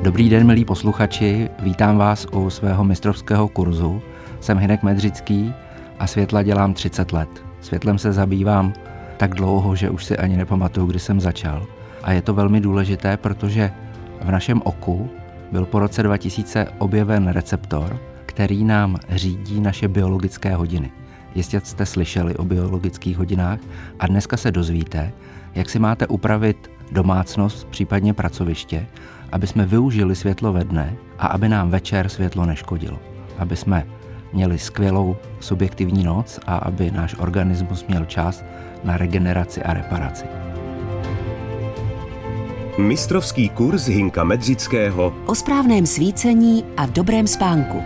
Dobrý den, milí posluchači, vítám vás u svého mistrovského kurzu. Jsem Hynek Medřický a světla dělám 30 let. Světlem se zabývám tak dlouho, že už si ani nepamatuju, kdy jsem začal. A je to velmi důležité, protože v našem oku byl po roce 2000 objeven receptor, který nám řídí naše biologické hodiny. Jistě jste slyšeli o biologických hodinách a dneska se dozvíte, jak si máte upravit domácnost, případně pracoviště, aby jsme využili světlo ve dne a aby nám večer světlo neškodilo. Aby jsme měli skvělou subjektivní noc a aby náš organismus měl čas na regeneraci a reparaci. Mistrovský kurz Hynka Medřického o správném svícení a dobrém spánku.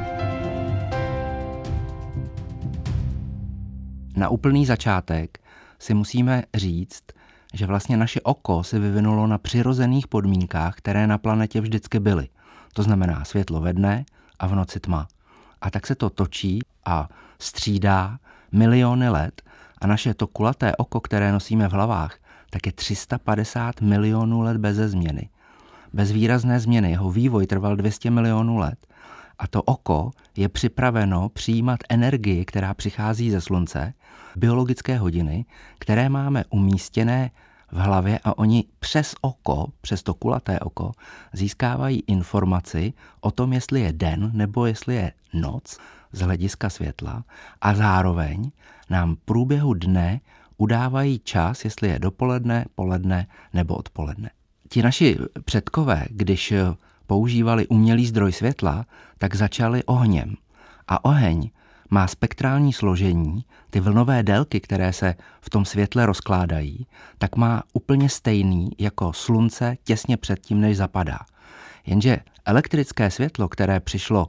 Na úplný začátek si musíme říct, že vlastně naše oko se vyvinulo na přirozených podmínkách, které na planetě vždycky byly. To znamená světlo ve dne a v noci tma. A tak se to točí a střídá miliony let a naše to kulaté oko, které nosíme v hlavách, tak je 350 milionů let beze změny. Bez výrazné změny jeho vývoj trval 200 milionů let a to oko je připraveno přijímat energii, která přichází ze slunce, biologické hodiny, které máme umístěné v hlavě a oni přes oko, přes to kulaté oko, získávají informaci o tom, jestli je den nebo jestli je noc z hlediska světla a zároveň nám v průběhu dne udávají čas, jestli je dopoledne, poledne nebo odpoledne. Ti naši předkové, když používali umělý zdroj světla, tak začali ohněm. A oheň má spektrální složení, ty vlnové délky, které se v tom světle rozkládají, tak má úplně stejný jako slunce těsně předtím, než zapadá. Jenže elektrické světlo, které přišlo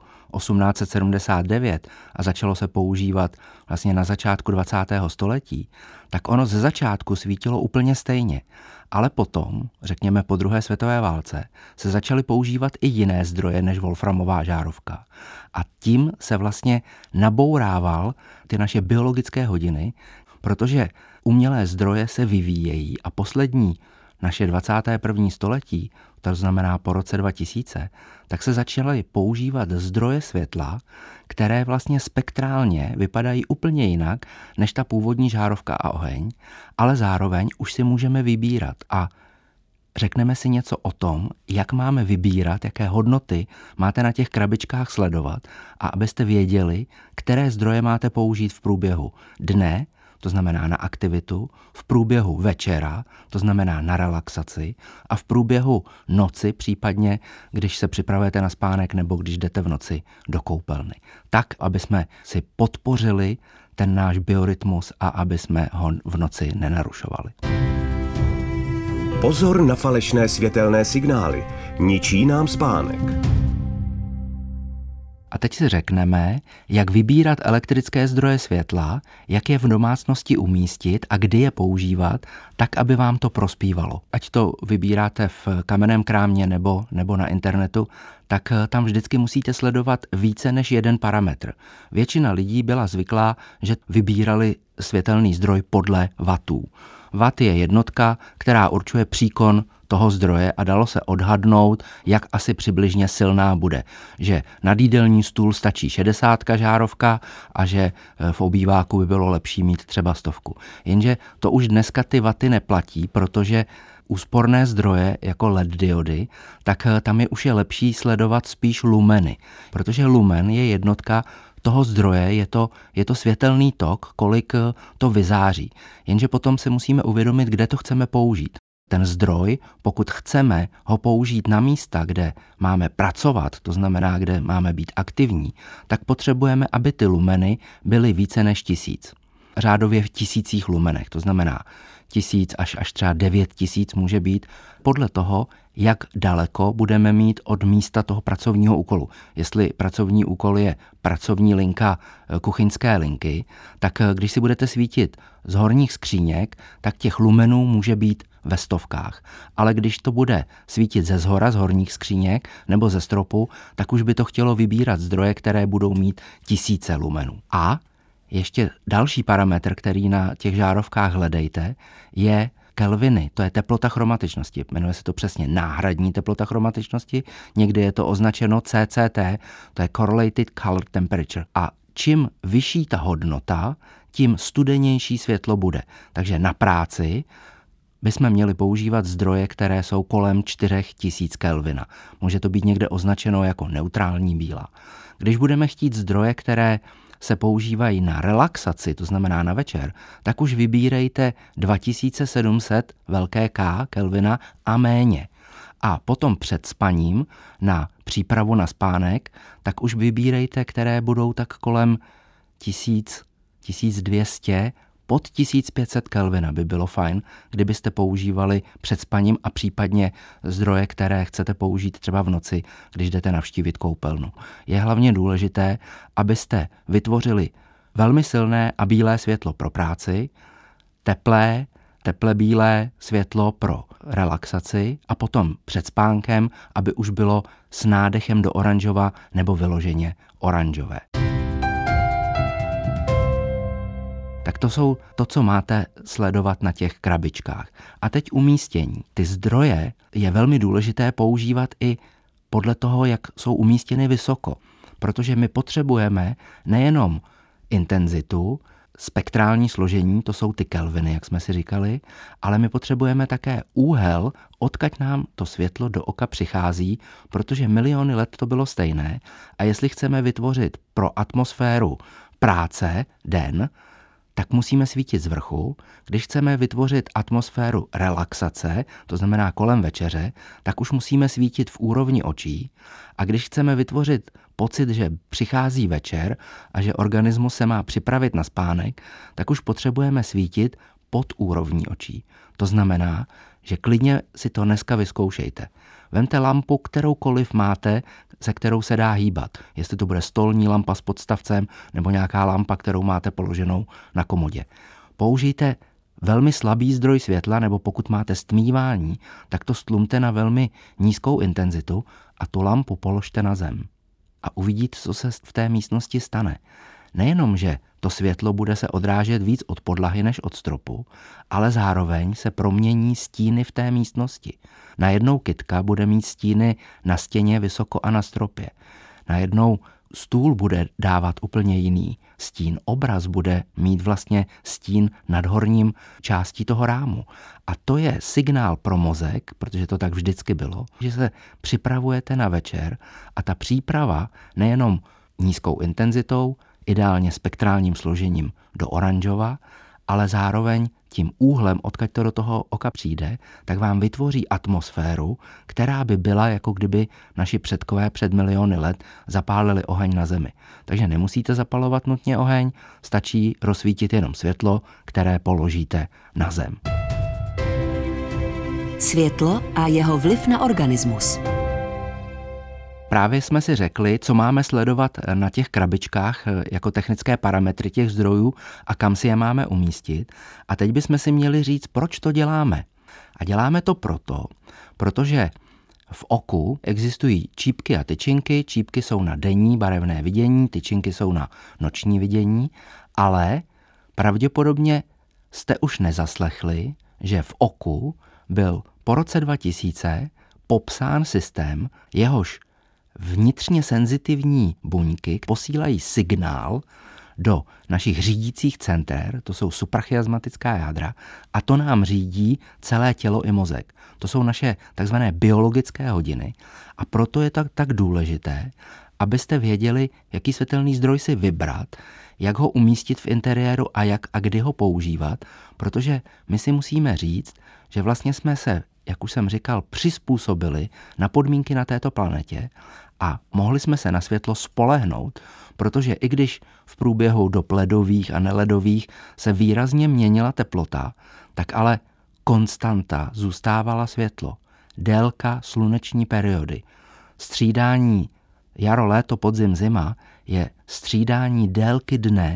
1879 a začalo se používat vlastně na začátku 20. století, tak ono ze začátku svítilo úplně stejně. Ale potom, řekněme po druhé světové válce, se začaly používat i jiné zdroje než wolframová žárovka. A tím se vlastně nabourával ty naše biologické hodiny, protože umělé zdroje se vyvíjejí a poslední naše 21. století, to znamená po roce 2000, tak se začaly používat zdroje světla, které vlastně spektrálně vypadají úplně jinak než ta původní žárovka a oheň, ale zároveň už si můžeme vybírat a řekneme si něco o tom, jak máme vybírat, jaké hodnoty máte na těch krabičkách sledovat a abyste věděli, které zdroje máte použít v průběhu dne, to znamená na aktivitu, v průběhu večera, to znamená na relaxaci a v průběhu noci, případně když se připravujete na spánek nebo když jdete v noci do koupelny. Tak, aby jsme si podpořili ten náš biorytmus a aby jsme ho v noci nenarušovali. Pozor na falešné světelné signály. Ničí nám spánek. A teď si řekneme, jak vybírat elektrické zdroje světla, jak je v domácnosti umístit a kdy je používat, tak, aby vám to prospívalo. Ať to vybíráte v kamenném krámě nebo na internetu, tak tam vždycky musíte sledovat více než jeden parametr. Většina lidí byla zvyklá, že vybírali světelný zdroj podle wattů. Watt je jednotka, která určuje příkon toho zdroje a dalo se odhadnout, jak asi přibližně silná bude. Že na jídelní stůl stačí 60 žárovka a že v obýváku by bylo lepší mít třeba 100. Jenže to už dneska ty waty neplatí, protože úsporné zdroje jako LED diody, tak tam už je lepší sledovat spíš lumeny, protože lumen je jednotka toho zdroje, je to světelný tok, kolik to vyzáří. Jenže potom se musíme uvědomit, kde to chceme použít. Ten zdroj, pokud chceme ho použít na místa, kde máme pracovat, to znamená, kde máme být aktivní, tak potřebujeme, aby ty lumeny byly více než 1000. Řádově v 1000 lumenech, to znamená 1000 až třeba 9000 může být podle toho, jak daleko budeme mít od místa toho pracovního úkolu. Jestli pracovní úkol je pracovní linka kuchyňské linky, tak když si budete svítit z horních skříněk, tak těch lumenů může být ve stovkách. Ale když to bude svítit ze zhora, z horních skříněk nebo ze stropu, tak už by to chtělo vybírat zdroje, které budou mít 1000 lumenů. A ještě další parametr, který na těch žárovkách hledejte, je kelviny, to je teplota chromatičnosti, jmenuje se to přesně náhradní teplota chromatičnosti, někdy je to označeno CCT, to je Correlated Color Temperature. A čím vyšší ta hodnota, tím studenější světlo bude. Takže na práci bychom měli používat zdroje, které jsou kolem 4000 kelvina. Může to být někde označeno jako neutrální bílá. Když budeme chtít zdroje, které se používají na relaxaci, to znamená na večer, tak už vybírejte 2700 velké K kelvina a méně. A potom před spaním na přípravu na spánek, tak už vybírejte, které budou tak kolem 1000, 1200, pod 1500 kelvina by bylo fajn, kdybyste používali před spaním a případně zdroje, které chcete použít třeba v noci, když jdete navštívit koupelnu. Je hlavně důležité, abyste vytvořili velmi silné a bílé světlo pro práci, teplé bílé světlo pro relaxaci a potom před spánkem, aby už bylo s nádechem do oranžova nebo vyloženě oranžové. Tak to jsou to, co máte sledovat na těch krabičkách. A teď umístění. Ty zdroje je velmi důležité používat i podle toho, jak jsou umístěny vysoko. Protože my potřebujeme nejenom intenzitu, spektrální složení, to jsou ty kelviny, jak jsme si říkali, ale my potřebujeme také úhel, odkud nám to světlo do oka přichází, protože miliony let to bylo stejné. A jestli chceme vytvořit pro atmosféru práce den, tak musíme svítit z vrchu. Když chceme vytvořit atmosféru relaxace, to znamená kolem večeře, tak už musíme svítit v úrovni očí. A když chceme vytvořit pocit, že přichází večer a že organismus se má připravit na spánek, tak už potřebujeme svítit pod úrovní očí. To znamená, že klidně si to dneska vyzkoušejte. Vemte lampu, kteroukoliv máte, se kterou se dá hýbat. Jestli to bude stolní lampa s podstavcem nebo nějaká lampa, kterou máte položenou na komodě. Použijte velmi slabý zdroj světla, nebo pokud máte stmívání, tak to stlumte na velmi nízkou intenzitu a tu lampu položte na zem. A uvidíte, co se v té místnosti stane. Nejenom, že to světlo bude se odrážet víc od podlahy než od stropu, ale zároveň se promění stíny v té místnosti. Najednou kytka bude mít stíny na stěně vysoko a na stropě. Najednou stůl bude dávat úplně jiný stín. Obraz bude mít vlastně stín nad horním částí toho rámu. A to je signál pro mozek, protože to tak vždycky bylo, že se připravujete na večer a ta příprava nejenom nízkou intenzitou, ideálně spektrálním složením do oranžova, ale zároveň tím úhlem, odkud to do toho oka přijde, tak vám vytvoří atmosféru, která by byla, jako kdyby naši předkové před miliony let zapálili oheň na zemi. Takže nemusíte zapalovat nutně oheň, stačí rozsvítit jenom světlo, které položíte na zem. Světlo a jeho vliv na organismus. Právě jsme si řekli, co máme sledovat na těch krabičkách jako technické parametry těch zdrojů a kam si je máme umístit. A teď bychom si měli říct, proč to děláme. A děláme to protože v oku existují čípky a tyčinky. Čípky jsou na denní barevné vidění, tyčinky jsou na noční vidění, ale pravděpodobně jste už nezaslechli, že v oku byl po roce 2000 popsán systém, jehož vnitřně senzitivní buňky posílají signál do našich řídících center, to jsou suprachiasmatická jádra, a to nám řídí celé tělo i mozek. To jsou naše takzvané biologické hodiny a proto je tak důležité, abyste věděli, jaký světelný zdroj si vybrat, jak ho umístit v interiéru a jak a kdy ho používat, protože my si musíme říct, že vlastně jsme se, jak už jsem říkal, přizpůsobili na podmínky na této planetě a mohli jsme se na světlo spolehnout, protože i když v průběhu dob ledových a neledových se výrazně měnila teplota, tak ale konstanta zůstávala světlo. Délka sluneční periody. Střídání jaro, léto, podzim, zima je střídání délky dne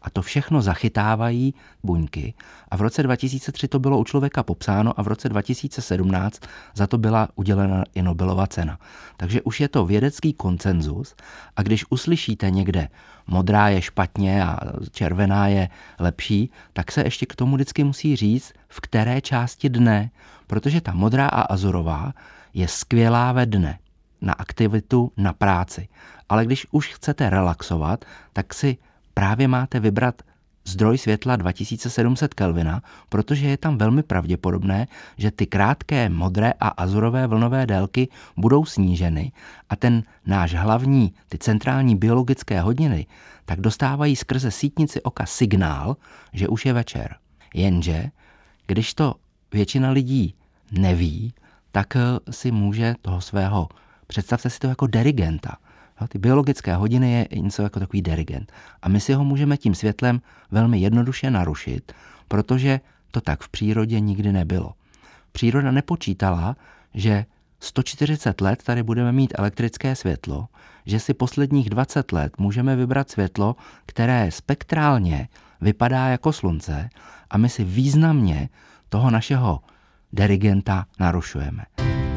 A to všechno zachytávají buňky. A v roce 2003 to bylo u člověka popsáno a v roce 2017 za to byla udělena i Nobelova cena. Takže už je to vědecký konsenzus a když uslyšíte někde modrá je špatně a červená je lepší, tak se ještě k tomu vždycky musí říct, v které části dne, protože ta modrá a azurová je skvělá ve dne, na aktivitu, na práci. Ale když už chcete relaxovat, tak si právě máte vybrat zdroj světla 2700 Kelvina, protože je tam velmi pravděpodobné, že ty krátké modré a azurové vlnové délky budou sníženy a ten náš hlavní, ty centrální biologické hodiny, tak dostávají skrze sítnici oka signál, že už je večer. Jenže, když to většina lidí neví, tak si může toho svého, představte si to jako dirigenta. Ty biologické hodiny je něco jako takový dirigent. A my si ho můžeme tím světlem velmi jednoduše narušit, protože to tak v přírodě nikdy nebylo. Příroda nepočítala, že 140 let tady budeme mít elektrické světlo, že si posledních 20 let můžeme vybrat světlo, které spektrálně vypadá jako slunce a my si významně toho našeho dirigenta narušujeme.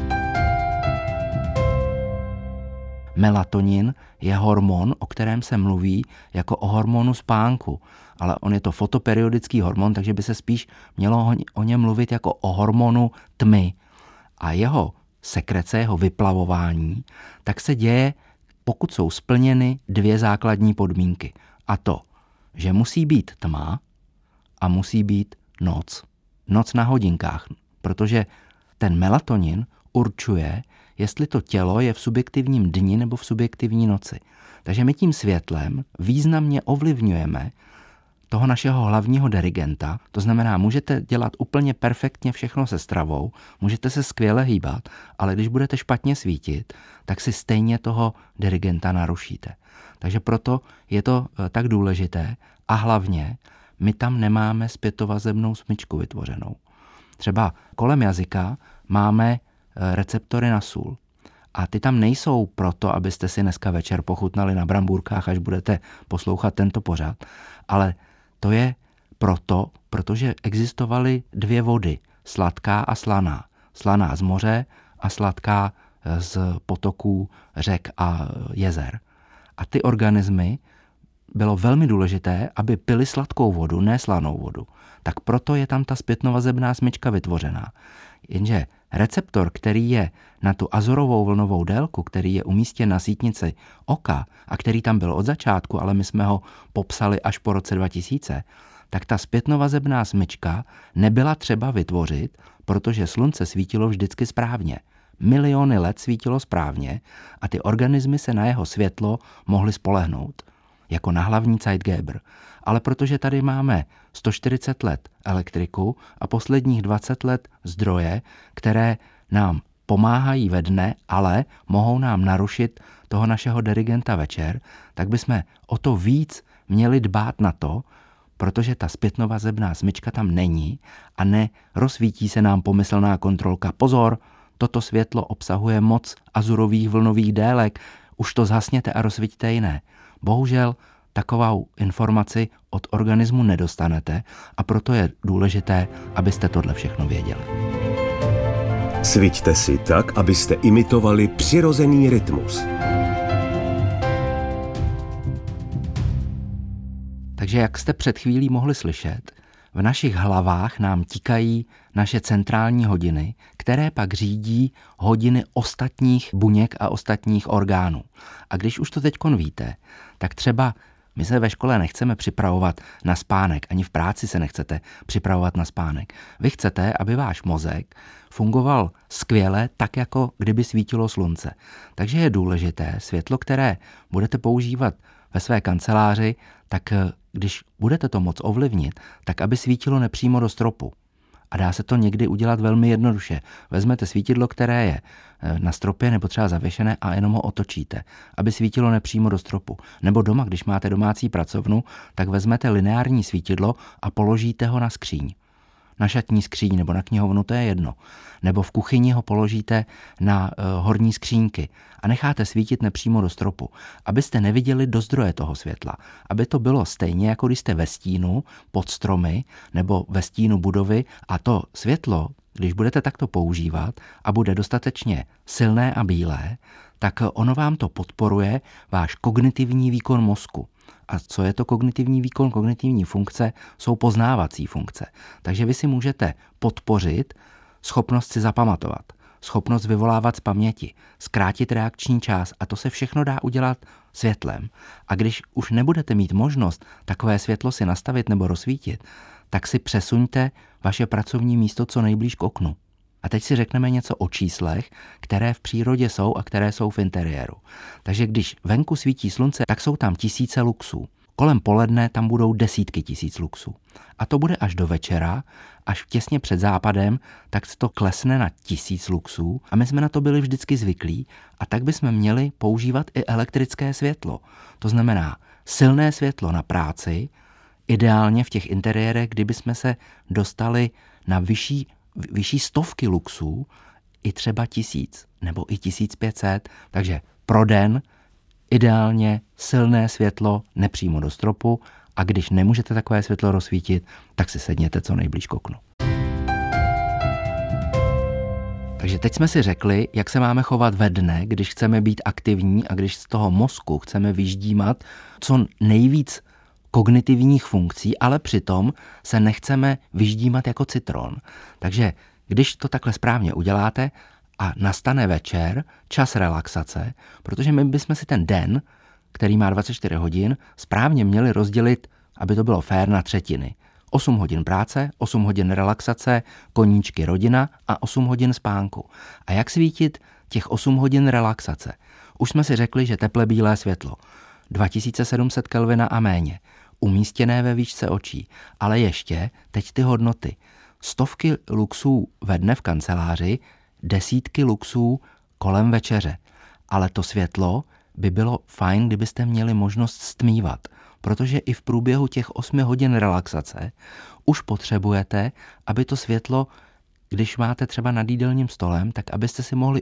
Melatonin je hormon, o kterém se mluví jako o hormonu spánku, ale on je to fotoperiodický hormon, takže by se spíš mělo o něm mluvit jako o hormonu tmy. A jeho sekrece, jeho vyplavování, tak se děje, pokud jsou splněny dvě základní podmínky. A to, že musí být tma a musí být noc. Noc na hodinkách, protože ten melatonin určuje, jestli to tělo je v subjektivním dni nebo v subjektivní noci. Takže my tím světlem významně ovlivňujeme toho našeho hlavního dirigenta, to znamená, můžete dělat úplně perfektně všechno se stravou, můžete se skvěle hýbat, ale když budete špatně svítit, tak si stejně toho dirigenta narušíte. Takže proto je to tak důležité a hlavně my tam nemáme zpětovazebnou smyčku vytvořenou. Třeba kolem jazyka máme receptory na sůl. A ty tam nejsou proto, abyste si dneska večer pochutnali na brambůrkách, až budete poslouchat tento pořad, ale to je proto, protože existovaly dvě vody, sladká a slaná. Slaná z moře a sladká z potoků, řek a jezer. A ty organismy bylo velmi důležité, aby pili sladkou vodu, ne slanou vodu. Tak proto je tam ta zpětnovazebná smyčka vytvořená. Jenže receptor, který je na tu azurovou vlnovou délku, který je umístěn na sítnici oka a který tam byl od začátku, ale my jsme ho popsali až po roce 2000, tak ta zpětnovazebná smyčka nebyla třeba vytvořit, protože slunce svítilo vždycky správně. Miliony let svítilo správně a ty organismy se na jeho světlo mohly spolehnout, jako na hlavní Zeitgeber. Ale protože tady máme 140 let elektriku a posledních 20 let zdroje, které nám pomáhají ve dne, ale mohou nám narušit toho našeho dirigenta večer, tak bychom o to víc měli dbát na to, protože ta zpětnovazebná smyčka tam není a nerozsvítí se nám pomyslná kontrolka. Pozor, toto světlo obsahuje moc azurových vlnových délek, už to zhasněte a rozsvítíte jiné. Bohužel takovou informaci od organismu nedostanete a proto je důležité, abyste tohle všechno věděli. Cvičte si tak, abyste imitovali přirozený rytmus. Takže jak jste před chvílí mohli slyšet, v našich hlavách nám tikají naše centrální hodiny, které pak řídí hodiny ostatních buněk a ostatních orgánů. A když už to teďkon víte, tak třeba my se ve škole nechceme připravovat na spánek, ani v práci se nechcete připravovat na spánek. Vy chcete, aby váš mozek fungoval skvěle, tak jako kdyby svítilo slunce. Takže je důležité světlo, které budete používat ve své kanceláři, tak když budete to moc ovlivnit, tak aby svítilo nepřímo do stropu. A dá se to někdy udělat velmi jednoduše. Vezmete svítidlo, které je na stropě nebo třeba zavěšené a jenom ho otočíte, aby svítilo nepřímo do stropu. Nebo doma, když máte domácí pracovnu, tak vezmete lineární svítidlo a položíte ho na skříň. na šatní skříň nebo na knihovnu, to je jedno. Nebo v kuchyni ho položíte na horní skřínky a necháte svítit nepřímo do stropu, abyste neviděli do zdroje toho světla. Aby to bylo stejně, jako když jste ve stínu, pod stromy nebo ve stínu budovy a to světlo, když budete takto používat a bude dostatečně silné a bílé, tak ono vám to podporuje váš kognitivní výkon mozku. A co je to kognitivní výkon? Kognitivní funkce jsou poznávací funkce. Takže vy si můžete podpořit schopnost si zapamatovat, schopnost vyvolávat z paměti, zkrátit reakční čas a to se všechno dá udělat světlem. A když už nebudete mít možnost takové světlo si nastavit nebo rozsvítit, tak si přesuňte vaše pracovní místo co nejblíž k oknu. A teď si řekneme něco o číslech, které v přírodě jsou a které jsou v interiéru. Takže když venku svítí slunce, tak jsou tam tisíce luxů. Kolem poledne tam budou desítky tisíc luxů. A to bude až do večera, až těsně před západem, tak se to klesne na 1000 luxů. A my jsme na to byli vždycky zvyklí a tak bychom měli používat i elektrické světlo. To znamená silné světlo na práci, ideálně v těch interiérech, kdyby jsme se dostali na vyšší stovky luxů, i třeba 1000 nebo i 1500, takže pro den ideálně silné světlo nepřímo do stropu a když nemůžete takové světlo rozsvítit, tak si sedněte co nejblíž k oknu. Takže teď jsme si řekli, jak se máme chovat ve dne, když chceme být aktivní a když z toho mozku chceme vyždímat co nejvíc kognitivních funkcí, ale přitom se nechceme vyždímat jako citron. Takže když to takhle správně uděláte a nastane večer, čas relaxace, protože my bychom si ten den, který má 24 hodin, správně měli rozdělit, aby to bylo fér, na třetiny. 8 hodin práce, 8 hodin relaxace, koníčky, rodina a 8 hodin spánku. A jak svítit těch 8 hodin relaxace? Už jsme si řekli, že teple bílé světlo, 2700 kelvina a méně, umístěné ve výšce očí, ale ještě teď ty hodnoty. 100 luxů ve dne v kanceláři, desítky luxů kolem večeře. Ale to světlo by bylo fajn, kdybyste měli možnost stmívat, protože i v průběhu těch 8 hodin relaxace už potřebujete, aby to světlo, když máte třeba nad jídelním stolem, tak abyste si mohli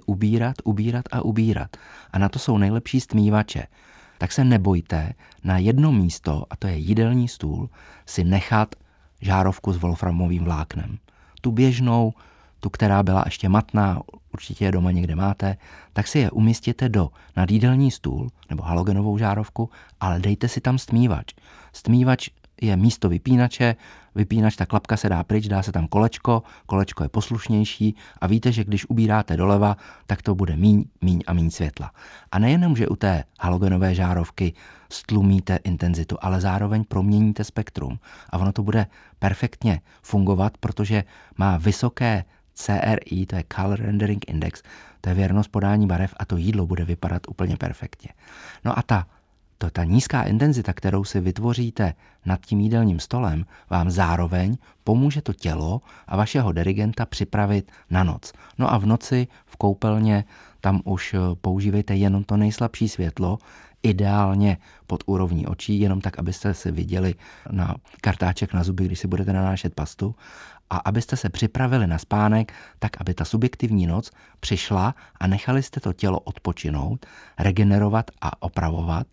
ubírat. A na to jsou nejlepší stmívače. Tak se nebojte na jedno místo, a to je jídelní stůl, si nechat žárovku s wolframovým vláknem. Tu běžnou, tu, která byla ještě matná, určitě je doma někde máte, tak si je umístěte nad jídelní stůl nebo halogenovou žárovku, ale dejte si tam stmívač. Stmívač je místo vypínače, vypínač, ta klapka se dá pryč, dá se tam kolečko je poslušnější a víte, že když ubíráte doleva, tak to bude míň a míň světla. A nejenom, že u té halogenové žárovky stlumíte intenzitu, ale zároveň proměníte spektrum. A ono to bude perfektně fungovat, protože má vysoké CRI, to je Color Rendering Index, to je věrnost podání barev a to jídlo bude vypadat úplně perfektně. No a ta nízká intenzita, kterou si vytvoříte nad tím jídelním stolem, vám zároveň pomůže to tělo a vašeho dirigenta připravit na noc. No a v noci v koupelně tam už používejte jenom to nejslabší světlo, ideálně pod úrovní očí, jenom tak, abyste si viděli na kartáček na zuby, když si budete nanášet pastu a abyste se připravili na spánek, tak aby ta subjektivní noc přišla a nechali jste to tělo odpočinout, regenerovat a opravovat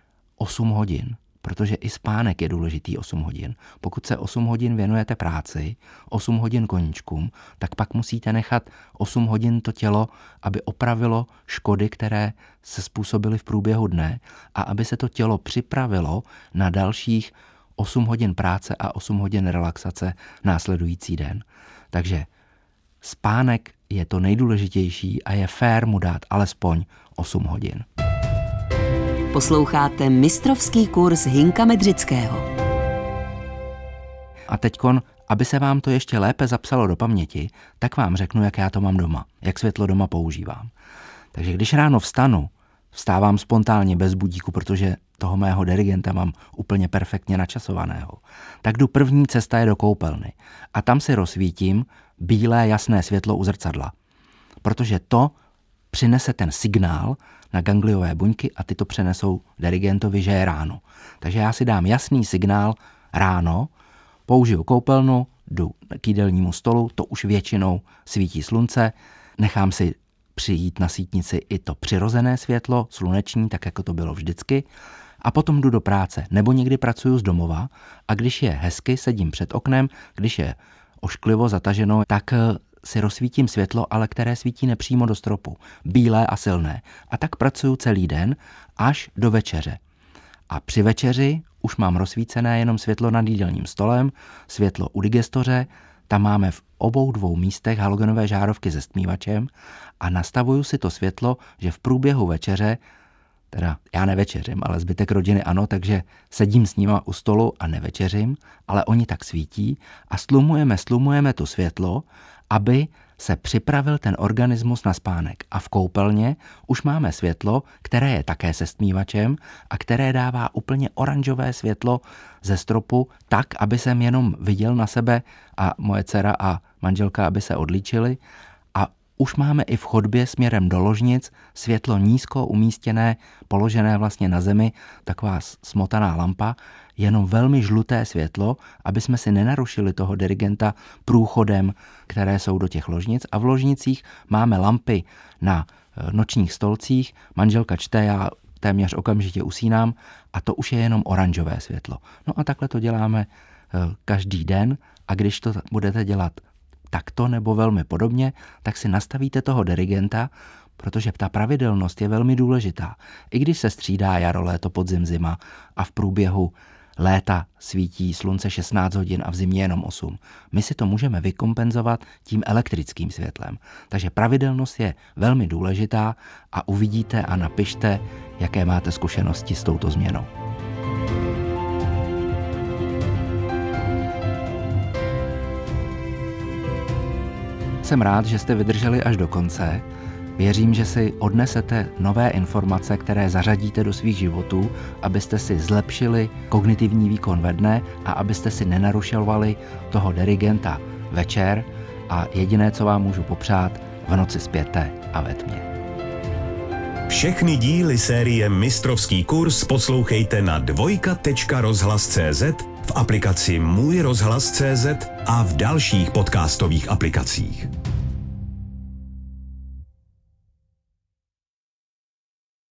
8 hodin, protože i spánek je důležitý 8 hodin. Pokud se 8 hodin věnujete práci, 8 hodin koníčkům, tak pak musíte nechat 8 hodin to tělo, aby opravilo škody, které se způsobily v průběhu dne a aby se to tělo připravilo na dalších 8 hodin práce a 8 hodin relaxace následující den. Takže spánek je to nejdůležitější a je fér mu dát alespoň 8 hodin. Posloucháte mistrovský kurz Hinka Medřického. A teďkon, aby se vám to ještě lépe zapsalo do paměti, tak vám řeknu, jak já to mám doma, jak světlo doma používám. Takže když ráno vstávám spontánně bez budíku, protože toho mého dirigenta mám úplně perfektně načasovaného, tak první cesta je do koupelny a tam si rozsvítím bílé jasné světlo u zrcadla, protože to přinese ten signál na gangliové buňky a ty to přenesou dirigentovi, že je ráno. Takže já si dám jasný signál ráno, použiju koupelnu, jdu k jídelnímu stolu, to už většinou svítí slunce, nechám si přijít na sítnici i to přirozené světlo, sluneční, tak jako to bylo vždycky, a potom jdu do práce, nebo někdy pracuju z domova a když je hezky, sedím před oknem, když je ošklivo zataženo, tak si rozsvítím světlo, ale které svítí nepřímo do stropu, bílé a silné. A tak pracuju celý den až do večeře. A při večeři už mám rozsvícené jenom světlo nad jídelním stolem, světlo u digestoře, tam máme v obou dvou místech halogenové žárovky se stmívačem a nastavuju si to světlo, že v průběhu večeře, teda já nevečeřím, ale zbytek rodiny ano, takže sedím s nima u stolu a nevečeřím, ale oni tak svítí a slumujeme to světlo, aby se připravil ten organismus na spánek. A v koupelně už máme světlo, které je také se stmívačem a které dává úplně oranžové světlo ze stropu tak, aby jsem jenom viděl na sebe a moje dcera a manželka, aby se odličili. A už máme i v chodbě směrem do ložnic světlo nízko umístěné, položené vlastně na zemi, taková smotaná lampa, jenom velmi žluté světlo, aby jsme si nenarušili toho dirigenta průchodem, které jsou do těch ložnic. A v ložnicích máme lampy na nočních stolcích, manželka čte, já téměř okamžitě usínám a to už je jenom oranžové světlo. No a takhle to děláme každý den a když to budete dělat takto nebo velmi podobně, tak si nastavíte toho dirigenta, protože ta pravidelnost je velmi důležitá. I když se střídá jaro, léto, podzim, zima a v průběhu léta svítí slunce 16 hodin a v zimě jenom 8. My si to můžeme vykompenzovat tím elektrickým světlem. Takže pravidelnost je velmi důležitá a uvidíte a napište, jaké máte zkušenosti s touto změnou. Jsem rád, že jste vydrželi až do konce. Věřím, že si odnesete nové informace, které zařadíte do svých životů, abyste si zlepšili kognitivní výkon ve dne a abyste si nenarušovali toho dirigenta večer a jediné, co vám můžu popřát, v noci spěte a ve tmě. Všechny díly série Mistrovský kurz poslouchejte na dvojka.rozhlas.cz, v aplikaci Můj rozhlas.cz a v dalších podcastových aplikacích.